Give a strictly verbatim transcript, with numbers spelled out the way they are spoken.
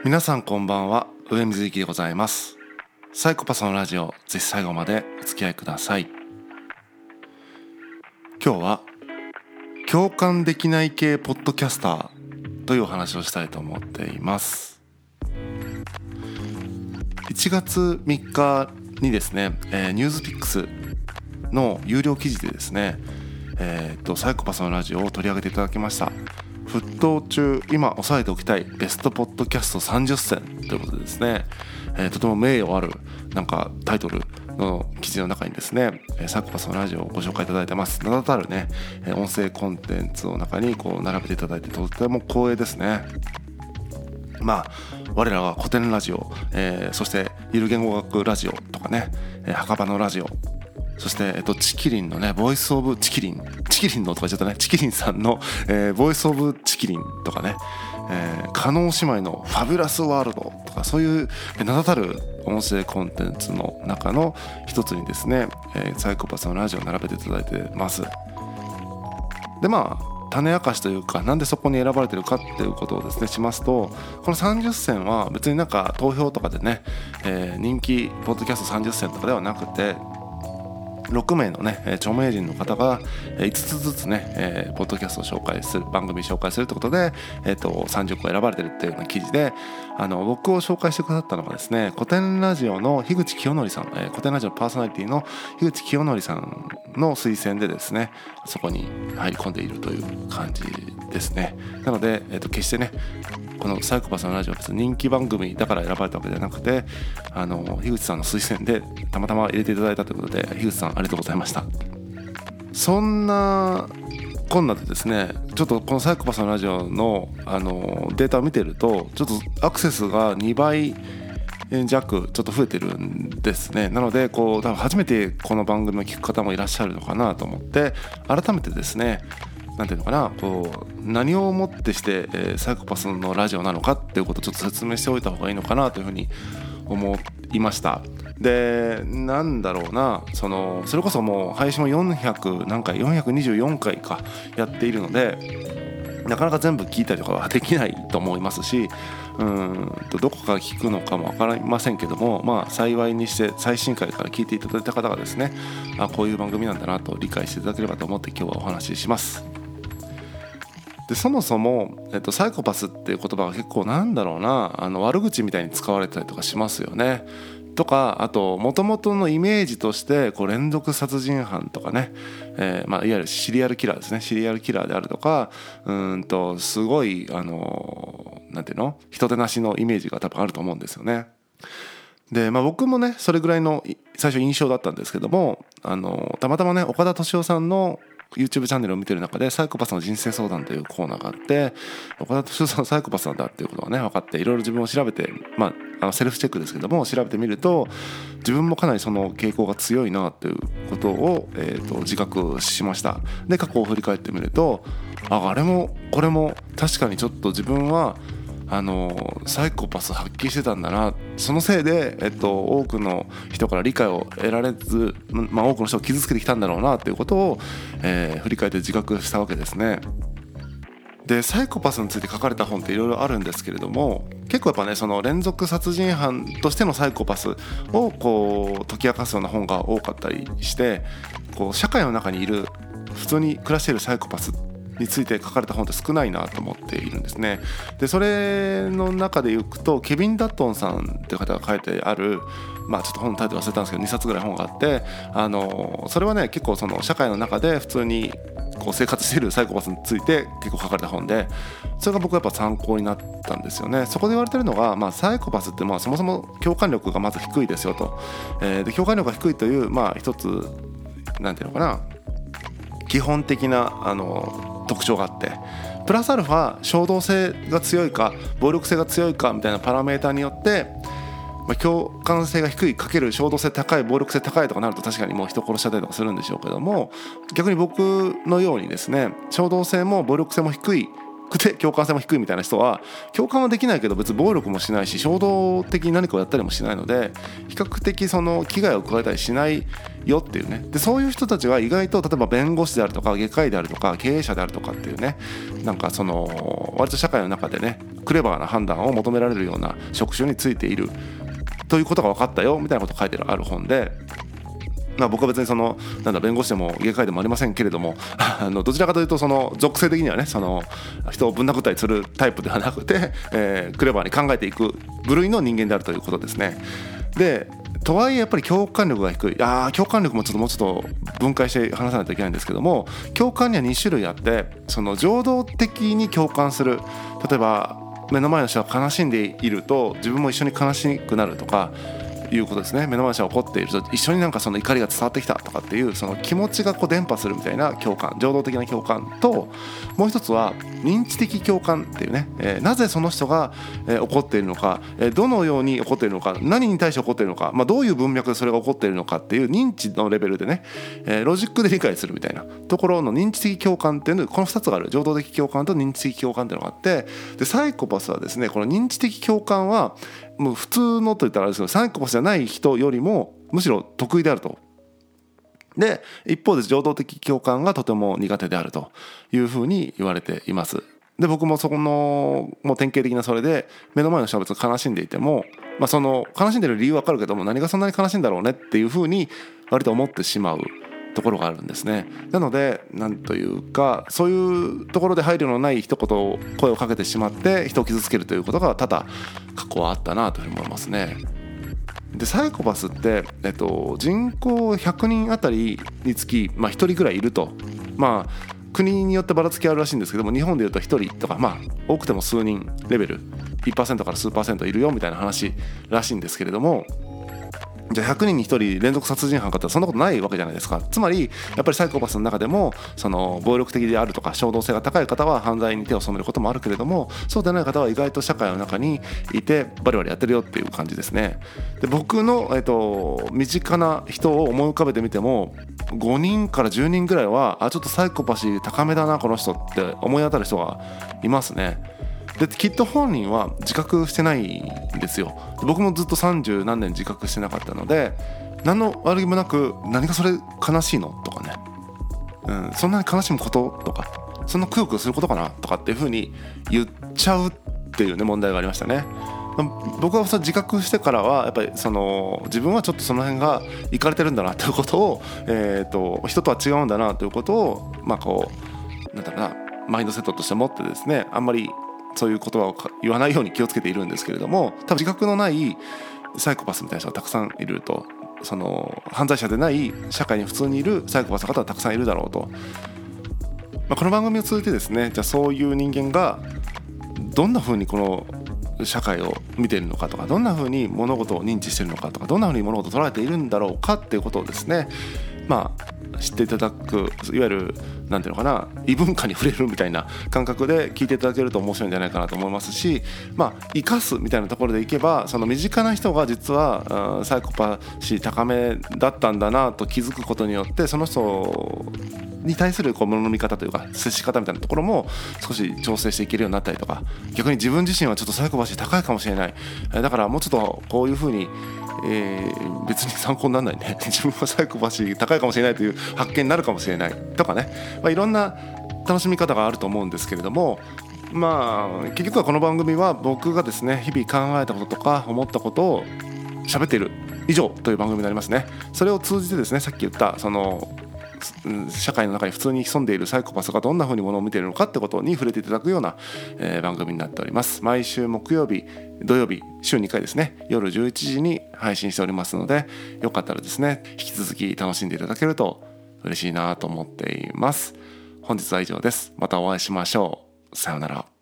皆さんこんばんは、上水幸でございます。サイコパスのラジオ、ぜひ最後までお付き合いください。今日は共感できない系ポッドキャスターというお話をしたいと思っています。いちがつみっかにですね、えー、ニュースピックスの有料記事でですね、えー、とサイコパスのラジオを取り上げていただきました。沸騰中、今押さえておきたいベストポッドキャストさんじゅっせんということでですね、えー、とても名誉あるなんかタイトルの記事の中にですね、サイコパスのラジオをご紹介いただいてます。名だたるね、音声コンテンツの中にこう並べていただいてとても光栄ですね。まあ我らは古典ラジオ、えー、そしてゆる言語学ラジオとかね、墓場のラジオ、そして、えっと、チキリンのねボイスオブチキリンチキリンのとかちょっとねチキリンさんの、えー、ボイスオブチキリンとかね、えー、加納姉妹のファビュラスワールドとか、そういう名だたる音声コンテンツの中の一つにですね、えー、サイコパスのラジオを並べていただいてます。でまあ種明かしというか、なんでそこに選ばれてるかっていうことをですねしますと、このさんじゅっせんは別になんか投票とかでね、えー、人気ポッドキャストさんじゅっせんとかではなくて、ろくめいのね著名人の方がいつつずつね、えー、ポッドキャストを紹介する、番組紹介するということで、えー、とさんじゅっこ選ばれてるっていうような記事で、あの僕を紹介してくださったのがですね、古典ラジオの樋口清則さん、えー、古典ラジオパーソナリティの樋口清則さんの推薦でですね、そこに入り込んでいるという感じですね。なので、えー、と決してねこのサイコパスのラジオは別に人気番組だから選ばれたわけではなくて、あの樋口さんの推薦でたまたま入れていただいたということで、樋口さんありがとうございました。そんなこんなでですね、ちょっとこのサイコパスのラジオ の, あのデータを見てると、ちょっとアクセスがにばい弱ちょっと増えてるんですね。なのでこう多分初めてこの番組を聞く方もいらっしゃるのかなと思って、改めてですね、なんていうのかな、こう何をもってして、えー、サイコパスのラジオなのかっていうことをちょっと説明しておいた方がいいのかなというふうに思いました。でなんだろうな、そのそれこそもう配信もよんひゃく何回よんひゃくにじゅうよんかいかやっているので、なかなか全部聞いたりとかはできないと思いますし、うーんとどこから聞くのかも分かりませんけども、まあ幸いにして最新回から聞いていただいた方がですね、あこういう番組なんだなと理解していただければと思って今日はお話しします。でそもそも、えっと、サイコパスっていう言葉が結構なんだろうな、あの悪口みたいに使われたりとかしますよね。とか、あと元々のイメージとしてこう連続殺人犯とかね、えーまあ、いわゆるシリアルキラーですね、シリアルキラーであるとか、うーんとすごいあのなんていうの、人手なしのイメージが多分あると思うんですよね。で、まあ、僕もねそれぐらいの最初印象だったんですけども、あのたまたまね岡田敏夫さんのYouTube チャンネルを見てる中でサイコパスの人生相談というコーナーがあって、岡田敏夫さんサイコパスなんだっていうことがね分かって、いろいろ自分を調べて、まあ、あのセルフチェックですけども調べてみると、自分もかなりその傾向が強いなということを、えーと自覚しました。で過去を振り返ってみると、ああれもこれも確かにちょっと自分はあのサイコパス発揮してたんだな、そのせいで、えっと、多くの人から理解を得られず、まあ、多くの人を傷つけてきたんだろうなということを、えー、振り返って自覚したわけですね。でサイコパスについて書かれた本っていろいろあるんですけれども、結構やっぱねその連続殺人犯としてのサイコパスをこう解き明かすような本が多かったりして、こう社会の中にいる普通に暮らしているサイコパスについて書かれた本って少ないなと思っているんですね。でそれの中でいくとケビン・ダットンさんっていう方が書いてある、まあちょっと本のタイトル忘れたんですけどにさつぐらい本があって、あのそれはね結構その社会の中で普通にこう生活しているサイコパスについて結構書かれた本で、それが僕はやっぱ参考になったんですよね。そこで言われてるのが、まあ、サイコパスってまあそもそも共感力がまず低いですよと、えー、で共感力が低いというまあ一つなんていうのかな、基本的なあの特徴があって、プラスアルファ衝動性が強いか暴力性が強いかみたいなパラメーターによって、まあ、共感性が低いかける衝動性高い暴力性高いとかなると確かにもう人殺しちゃったりとかするんでしょうけども、逆に僕のようにですね衝動性も暴力性も低いくて共感性も低いみたいな人は共感はできないけど別に暴力もしないし衝動的に何かをやったりもしないので、比較的その危害を加えたりしないよっていうね。でそういう人たちは意外と例えば弁護士であるとか外科医であるとか経営者であるとかっていうね、なんかその割と社会の中でねクレバーな判断を求められるような職種についているということが分かったよみたいなことが書いてある本で、まあ、僕は別にそのなんだ弁護士でも外科医でもありませんけれどもあのどちらかというとその属性的にはねその人をぶん殴ったりするタイプではなくて、えー、クレバーに考えていく部類の人間であるということですね。でとはいえやっぱり共感力が低い。あ共感力もちょっともうちょっと分解して話さないといけないんですけども、共感にはに種類あって、その情動的に共感する、例えば目の前の人が悲しんでいると自分も一緒に悲しくなるとかいうことですね。目の前の人が怒っていると一緒になんかその怒りが伝わってきたとかっていうその気持ちがこう伝播するみたいな共感、情動的な共感と、もう一つは認知的共感っていうね、えー、なぜその人が、えー、怒っているのか、えー、どのように怒っているのか、何に対して怒っているのか、まあ、どういう文脈でそれが起こっているのかっていう認知のレベルでね、えー、ロジックで理解するみたいなところの認知的共感っていうの、このふたつがある。情動的共感と認知的共感っていうのがあって、でサイコパスはですね、この認知的共感はもう普通のと言ったらあれですけど、サイコパスじゃない人よりもむしろ得意であると。で一方で情動的共感がとても苦手であるというふうに言われています。で僕もそこのもう典型的なそれで、目の前の人が別に悲しんでいても、まあ、その悲しんでる理由わかるけども、何がそんなに悲しいんだろうねっていうふうに割と思ってしまうところがあるんですね。なのでなんというか、そういうところで配慮のない一言を声をかけてしまって人を傷つけるということが多々過去はあったなというふうに思いますね。でサイコパスって、えっと、人口ひゃくにんあたりにつき、まあ、ひとりぐらいいると、まあ国によってばらつきあるらしいんですけども、日本でいうとひとりとか、まあ多くても数人レベル いちパーセント から数パーセントいるよみたいな話らしいんですけれども、じゃあひゃくにんにひとり連続殺人犯かってそんなことないわけじゃないですか。つまりやっぱりサイコパスの中でもその暴力的であるとか衝動性が高い方は犯罪に手を染めることもあるけれども、そうでない方は意外と社会の中にいてバリバリやってるよっていう感じですね。で僕の、えっと、身近な人を思い浮かべてみてもごにんからじゅうにんぐらいはあちょっとサイコパシー高めだなこの人って思い当たる人がいますね。できっと本人は自覚してないんですよ。僕もずっとさんじゅうなんねん自覚してなかったので、何の悪気もなく何がそれ悲しいのとかね、うん、そんなに悲しむこととかそんなくよくよすることかなとかっていう風に言っちゃうっていうね問題がありましたね。僕はそれ自覚してからはやっぱりその自分はちょっとその辺がいかれてるんだなということを、えーと、人とは違うんだなということをまあこうなんだろうなマインドセットとして持ってですね、あんまりそういう言葉を言わないように気をつけているんですけれども、多分自覚のないサイコパスみたいな人がたくさんいると、その犯罪者でない社会に普通にいるサイコパスの方はたくさんいるだろうと、まあ、この番組を通じてですね、じゃあそういう人間がどんな風にこの社会を見ているのかとか、どんな風に物事を認知しているのかとか、どんな風に物事を捉えているんだろうかっていうことをですね、まあ知っていただく、いわゆるなんていうのかな、異文化に触れるみたいな感覚で聞いていただけると面白いんじゃないかなと思いますし、まあ生かすみたいなところでいけば、その身近な人が実はサイコパシー高めだったんだなと気づくことによって、その人に対するこう物の見方というか接し方みたいなところも少し調整していけるようになったりとか、逆に自分自身はちょっとサイコパシー高いかもしれない、だからもうちょっとこういうふうにえー、別に参考にならないね自分はサイコパシー高いかもしれないという発見になるかもしれないとかね、まあ、いろんな楽しみ方があると思うんですけれども、まあ結局はこの番組は僕がですね日々考えたこととか思ったことを喋っている以上という番組になりますね。それを通じてですね、さっき言ったその社会の中に普通に潜んでいるサイコパスがどんな風にものを見ているのかってことに触れていただくような、えー、番組になっております。毎週木曜日、土曜日、週にかいですね、夜じゅういちじに配信しておりますので、よかったらですね引き続き楽しんでいただけると嬉しいなと思っています。本日は以上です。またお会いしましょう。さようなら。